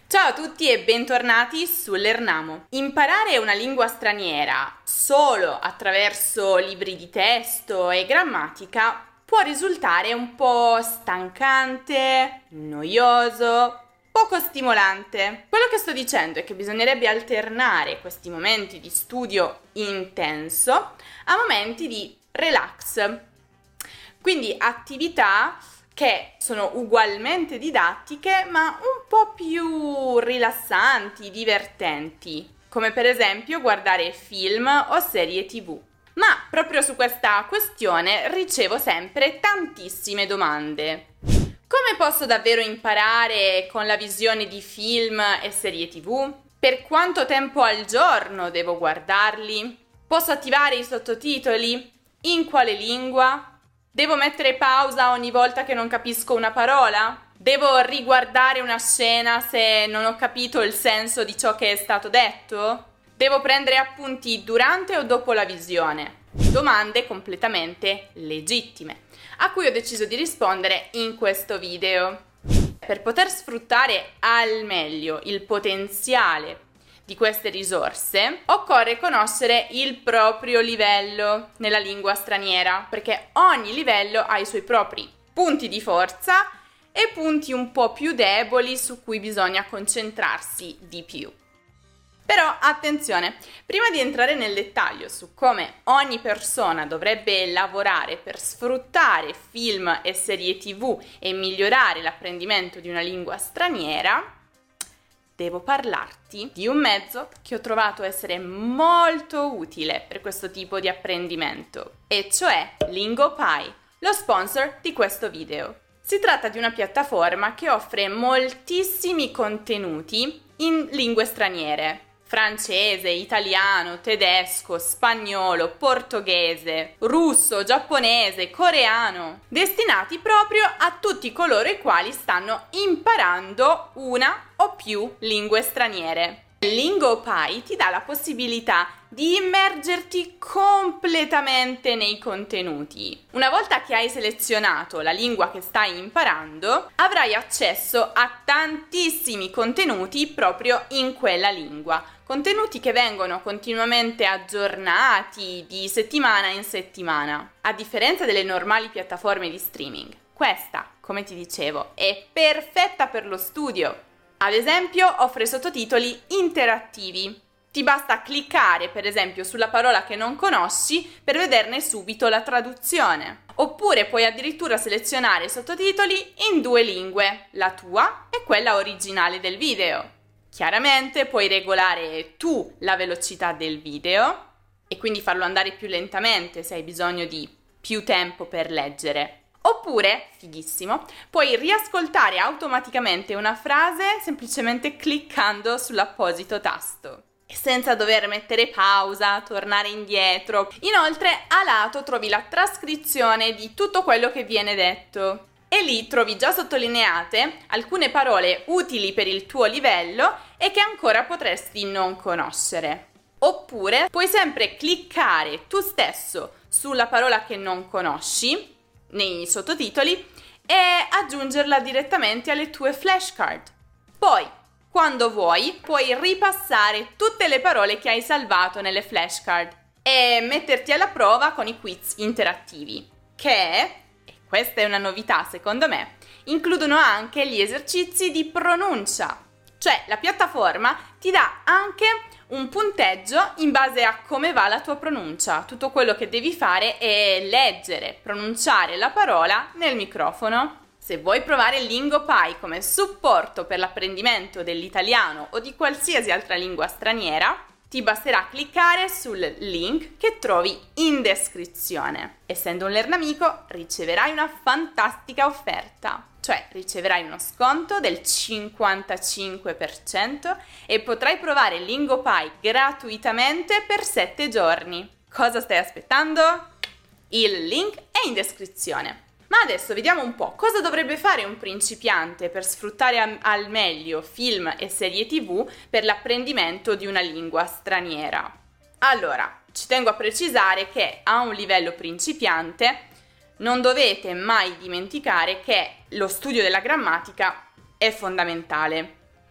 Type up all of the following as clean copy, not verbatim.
Ciao a tutti e bentornati su Lernamo. Imparare una lingua straniera solo attraverso libri di testo e grammatica può risultare un po' stancante, noioso, poco stimolante. Quello che sto dicendo è che bisognerebbe alternare questi momenti di studio intenso a momenti di relax. Quindi attività che sono ugualmente didattiche ma un po' più rilassanti, divertenti, come per esempio guardare film o serie TV. Ma proprio su questa questione ricevo sempre tantissime domande. Come posso davvero imparare con la visione di film e serie TV? Per quanto tempo al giorno devo guardarli? Posso attivare i sottotitoli? In quale lingua? Devo mettere pausa ogni volta che non capisco una parola? Devo riguardare una scena se non ho capito il senso di ciò che è stato detto? Devo prendere appunti durante o dopo la visione? Domande completamente legittime, a cui ho deciso di rispondere in questo video. Per poter sfruttare al meglio il potenziale di queste risorse, occorre conoscere il proprio livello nella lingua straniera, perché ogni livello ha i suoi propri punti di forza e punti un po' più deboli su cui bisogna concentrarsi di più. Però attenzione, prima di entrare nel dettaglio su come ogni persona dovrebbe lavorare per sfruttare film e serie TV e migliorare l'apprendimento di una lingua straniera, devo parlarti di un mezzo che ho trovato essere molto utile per questo tipo di apprendimento, e cioè Lingopie, lo sponsor di questo video. Si tratta di una piattaforma che offre moltissimi contenuti in lingue straniere: francese, italiano, tedesco, spagnolo, portoghese, russo, giapponese, coreano, destinati proprio a tutti coloro i quali stanno imparando una o più lingue straniere. Lingopie ti dà la possibilità di immergerti completamente nei contenuti. Una volta che hai selezionato la lingua che stai imparando, avrai accesso a tantissimi contenuti proprio in quella lingua. Contenuti che vengono continuamente aggiornati di settimana in settimana. A differenza delle normali piattaforme di streaming, questa, come ti dicevo, è perfetta per lo studio. Ad esempio, offre sottotitoli interattivi. Ti basta cliccare, per esempio, sulla parola che non conosci per vederne subito la traduzione. Oppure puoi addirittura selezionare sottotitoli in due lingue, la tua e quella originale del video. Chiaramente puoi regolare tu la velocità del video e quindi farlo andare più lentamente se hai bisogno di più tempo per leggere. Oppure, fighissimo, puoi riascoltare automaticamente una frase semplicemente cliccando sull'apposito tasto e senza dover mettere pausa, tornare indietro. Inoltre, a lato trovi la trascrizione di tutto quello che viene detto e lì trovi già sottolineate alcune parole utili per il tuo livello e che ancora potresti non conoscere. Oppure puoi sempre cliccare tu stesso sulla parola che non conosci nei sottotitoli e aggiungerla direttamente alle tue flashcard. Poi, quando vuoi, puoi ripassare tutte le parole che hai salvato nelle flashcard e metterti alla prova con i quiz interattivi, che, e questa è una novità secondo me, includono anche gli esercizi di pronuncia. Cioè, la piattaforma ti dà anche un punteggio in base a come va la tua pronuncia. Tutto quello che devi fare è leggere, pronunciare la parola nel microfono. Se vuoi provare Lingopie come supporto per l'apprendimento dell'italiano o di qualsiasi altra lingua straniera, ti basterà cliccare sul link che trovi in descrizione. Essendo un Lernamico, riceverai una fantastica offerta. Cioè riceverai uno sconto del 55% e potrai provare Lingopie gratuitamente per 7 giorni. Cosa stai aspettando? Il link è in descrizione. Ma adesso vediamo un po' cosa dovrebbe fare un principiante per sfruttare al meglio film e serie TV per l'apprendimento di una lingua straniera. Allora, ci tengo a precisare che a un livello principiante non dovete mai dimenticare che lo studio della grammatica è fondamentale.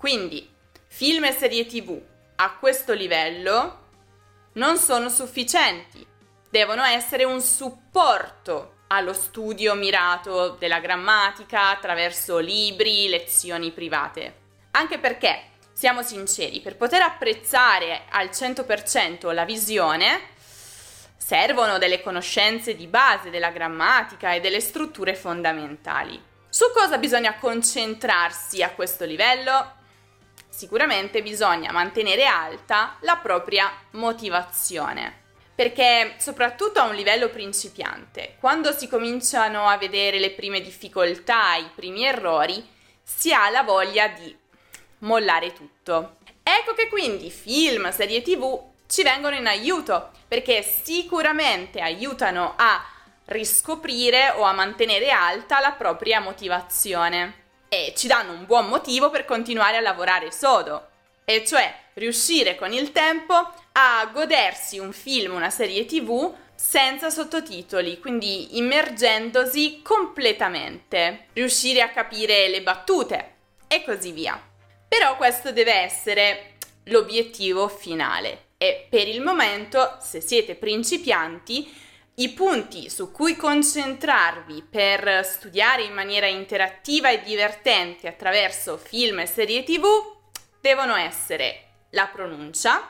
Quindi, film e serie TV a questo livello non sono sufficienti, devono essere un supporto allo studio mirato della grammatica attraverso libri, lezioni private. Anche perché, siamo sinceri, per poter apprezzare al 100% la visione servono delle conoscenze di base della grammatica e delle strutture fondamentali. Su cosa bisogna concentrarsi a questo livello? Sicuramente bisogna mantenere alta la propria motivazione, perché soprattutto a un livello principiante, quando si cominciano a vedere le prime difficoltà, i primi errori, si ha la voglia di mollare tutto. Ecco che quindi film, serie TV ci vengono in aiuto, perché sicuramente aiutano a riscoprire o a mantenere alta la propria motivazione e ci danno un buon motivo per continuare a lavorare sodo, e cioè riuscire con il tempo a godersi un film, una serie TV senza sottotitoli, quindi immergendosi completamente, riuscire a capire le battute e così via. Però questo deve essere l'obiettivo finale e per il momento, se siete principianti, i punti su cui concentrarvi per studiare in maniera interattiva e divertente attraverso film e serie TV devono essere la pronuncia,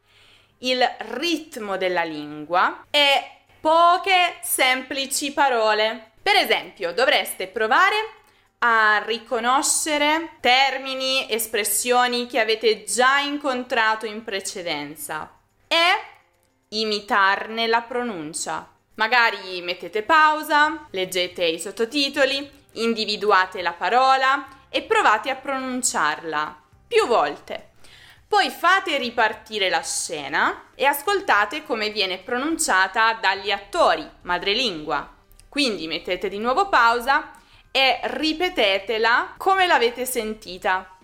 il ritmo della lingua e poche semplici parole. Per esempio, dovreste provare a riconoscere termini, espressioni che avete già incontrato in precedenza e imitarne la pronuncia. Magari mettete pausa, leggete i sottotitoli, individuate la parola e provate a pronunciarla più volte. Poi fate ripartire la scena e ascoltate come viene pronunciata dagli attori madrelingua. Quindi mettete di nuovo pausa e ripetetela come l'avete sentita,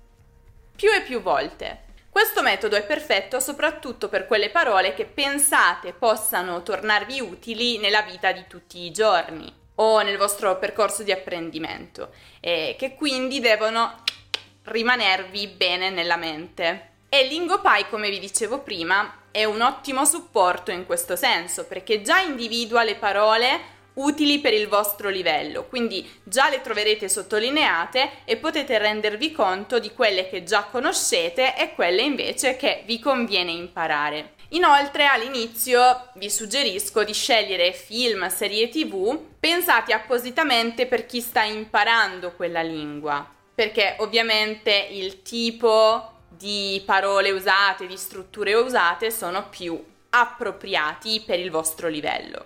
più e più volte. Questo metodo è perfetto soprattutto per quelle parole che pensate possano tornarvi utili nella vita di tutti i giorni o nel vostro percorso di apprendimento e che quindi devono rimanervi bene nella mente. E Lingopie, come vi dicevo prima, è un ottimo supporto in questo senso perché già individua le parole utili per il vostro livello, quindi già le troverete sottolineate e potete rendervi conto di quelle che già conoscete e quelle invece che vi conviene imparare. Inoltre all'inizio vi suggerisco di scegliere film, serie TV pensati appositamente per chi sta imparando quella lingua, perché ovviamente il tipo di parole usate, di strutture usate sono più appropriati per il vostro livello.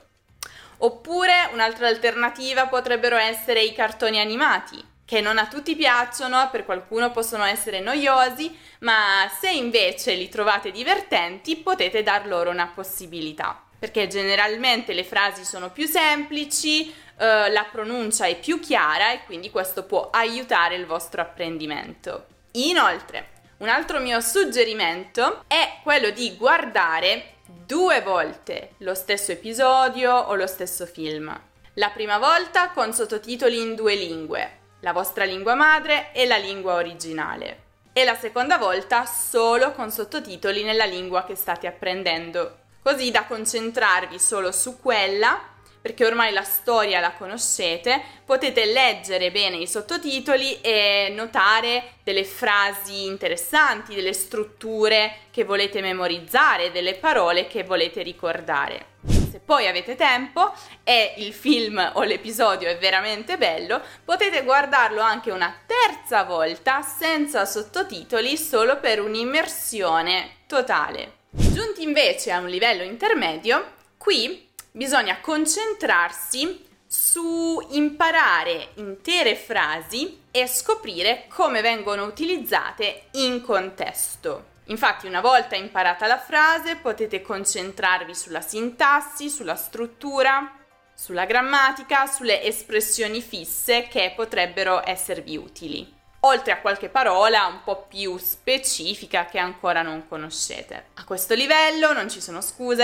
Oppure un'altra alternativa potrebbero essere i cartoni animati, che non a tutti piacciono, per qualcuno possono essere noiosi, ma se invece li trovate divertenti potete dar loro una possibilità, perché generalmente le frasi sono più semplici, la pronuncia è più chiara e quindi questo può aiutare il vostro apprendimento. Inoltre, un altro mio suggerimento è quello di guardare 2 volte lo stesso episodio o lo stesso film. La prima volta con sottotitoli in 2 lingue, la vostra lingua madre e la lingua originale. E la seconda volta solo con sottotitoli nella lingua che state apprendendo, così da concentrarvi solo su quella, perché ormai la storia la conoscete, potete leggere bene i sottotitoli e notare delle frasi interessanti, delle strutture che volete memorizzare, delle parole che volete ricordare. Se poi avete tempo e il film o l'episodio è veramente bello, potete guardarlo anche una terza volta senza sottotitoli solo per un'immersione totale. Giunti invece a un livello intermedio, qui bisogna concentrarsi su imparare intere frasi e scoprire come vengono utilizzate in contesto. Infatti, una volta imparata la frase, potete concentrarvi sulla sintassi, sulla struttura, sulla grammatica, sulle espressioni fisse che potrebbero esservi utili, oltre a qualche parola un po' più specifica che ancora non conoscete. A questo livello non ci sono scuse,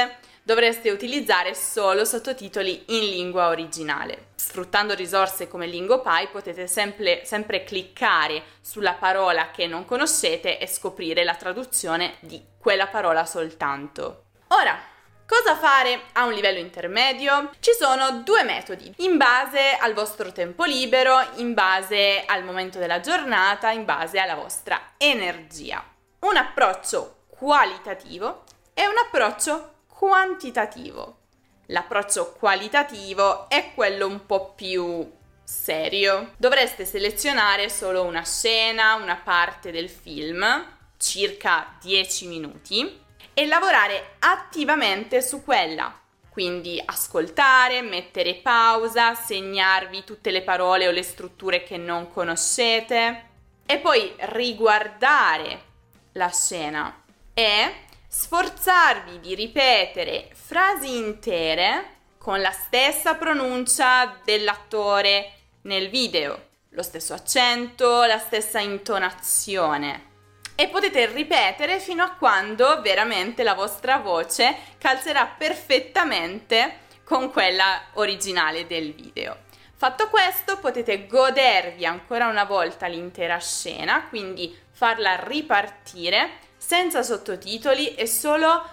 dovreste utilizzare solo sottotitoli in lingua originale. Sfruttando risorse come Lingopie potete sempre cliccare sulla parola che non conoscete e scoprire la traduzione di quella parola soltanto. Ora, cosa fare a un livello intermedio? Ci sono due metodi, in base al vostro tempo libero, in base al momento della giornata, in base alla vostra energia. Un approccio qualitativo e un approccio quantitativo. L'approccio qualitativo è quello un po' più serio. Dovreste selezionare solo una scena, una parte del film, circa 10 minuti, e lavorare attivamente su quella. Quindi ascoltare, mettere pausa, segnarvi tutte le parole o le strutture che non conoscete e poi riguardare la scena e sforzarvi di ripetere frasi intere con la stessa pronuncia dell'attore nel video, lo stesso accento, la stessa intonazione. E potete ripetere fino a quando veramente la vostra voce calzerà perfettamente con quella originale del video. Fatto questo, potete godervi ancora una volta l'intera scena, quindi farla ripartire senza sottotitoli e solo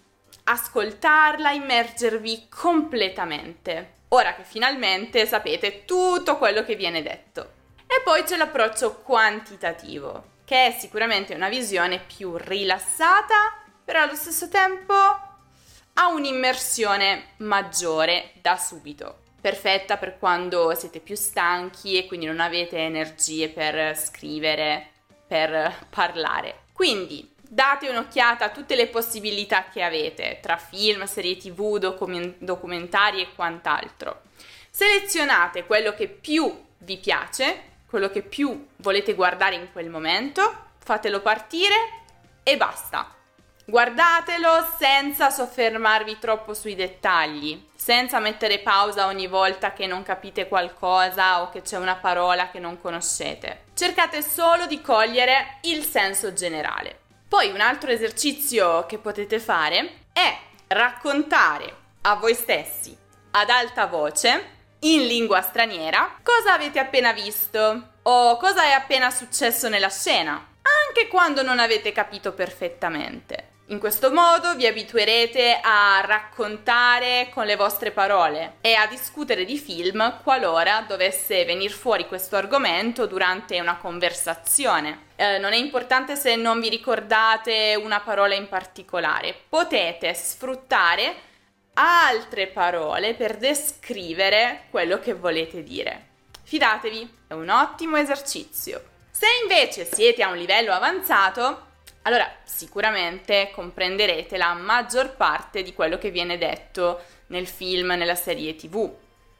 ascoltarla, immergervi completamente. Ora che finalmente sapete tutto quello che viene detto. E poi c'è l'approccio quantitativo, che è sicuramente una visione più rilassata, però allo stesso tempo ha un'immersione maggiore da subito. Perfetta per quando siete più stanchi e quindi non avete energie per scrivere, per parlare. Quindi date un'occhiata a tutte le possibilità che avete, tra film, serie TV, documentari e quant'altro. Selezionate quello che più vi piace, quello che più volete guardare in quel momento, fatelo partire e basta. Guardatelo senza soffermarvi troppo sui dettagli, senza mettere pausa ogni volta che non capite qualcosa o che c'è una parola che non conoscete. Cercate solo di cogliere il senso generale. Poi un altro esercizio che potete fare è raccontare a voi stessi ad alta voce, in lingua straniera, cosa avete appena visto o cosa è appena successo nella scena, anche quando non avete capito perfettamente. In questo modo vi abituerete a raccontare con le vostre parole e a discutere di film qualora dovesse venir fuori questo argomento durante una conversazione. Non è importante se non vi ricordate una parola in particolare, potete sfruttare altre parole per descrivere quello che volete dire. Fidatevi, è un ottimo esercizio. Se invece siete a un livello avanzato, allora sicuramente comprenderete la maggior parte di quello che viene detto nel film, nella serie TV.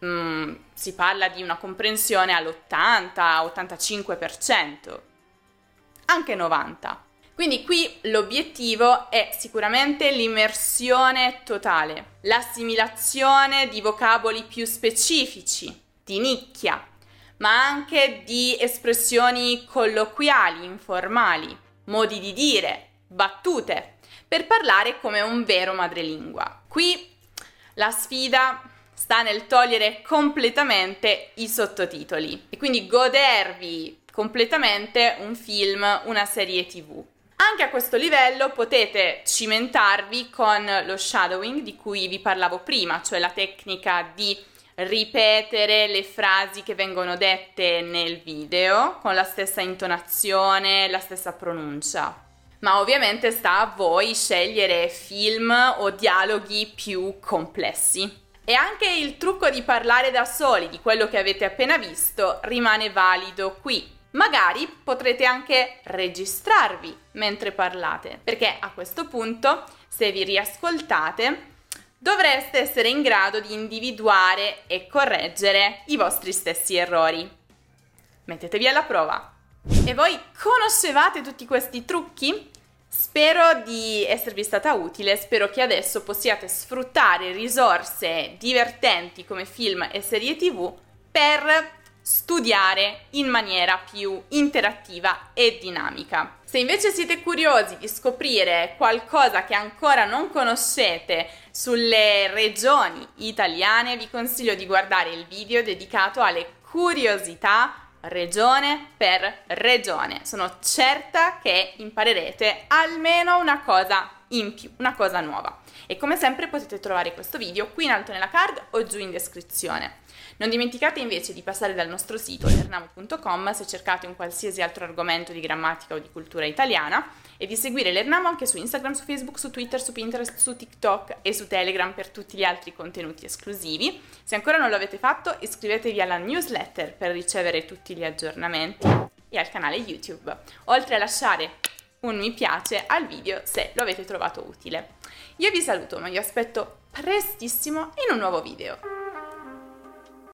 Si parla di una comprensione all'80-85%, anche 90%. Quindi qui l'obiettivo è sicuramente l'immersione totale, l'assimilazione di vocaboli più specifici, di nicchia, ma anche di espressioni colloquiali, informali, modi di dire, battute, per parlare come un vero madrelingua. Qui la sfida sta nel togliere completamente i sottotitoli e quindi godervi completamente un film, una serie TV. Anche a questo livello potete cimentarvi con lo shadowing di cui vi parlavo prima, cioè la tecnica di ripetere le frasi che vengono dette nel video con la stessa intonazione, la stessa pronuncia. Ma ovviamente sta a voi scegliere film o dialoghi più complessi. E anche il trucco di parlare da soli di quello che avete appena visto rimane valido qui. Magari potrete anche registrarvi mentre parlate, perché a questo punto, se vi riascoltate, dovreste essere in grado di individuare e correggere i vostri stessi errori. Mettetevi alla prova. E voi conoscevate tutti questi trucchi? Spero di esservi stata utile, spero che adesso possiate sfruttare risorse divertenti come film e serie TV per studiare in maniera più interattiva e dinamica. Se invece siete curiosi di scoprire qualcosa che ancora non conoscete sulle regioni italiane, vi consiglio di guardare il video dedicato alle curiosità regione per regione. Sono certa che imparerete almeno una cosa in più, una cosa nuova. E come sempre potete trovare questo video qui in alto nella card o giù in descrizione. Non dimenticate invece di passare dal nostro sito lernamo.com se cercate un qualsiasi altro argomento di grammatica o di cultura italiana e di seguire Lernamo anche su Instagram, su Facebook, su Twitter, su Pinterest, su TikTok e su Telegram per tutti gli altri contenuti esclusivi. Se ancora non lo avete fatto, iscrivetevi alla newsletter per ricevere tutti gli aggiornamenti e al canale YouTube, oltre a lasciare un mi piace al video se lo avete trovato utile. Io vi saluto, ma vi aspetto prestissimo in un nuovo video.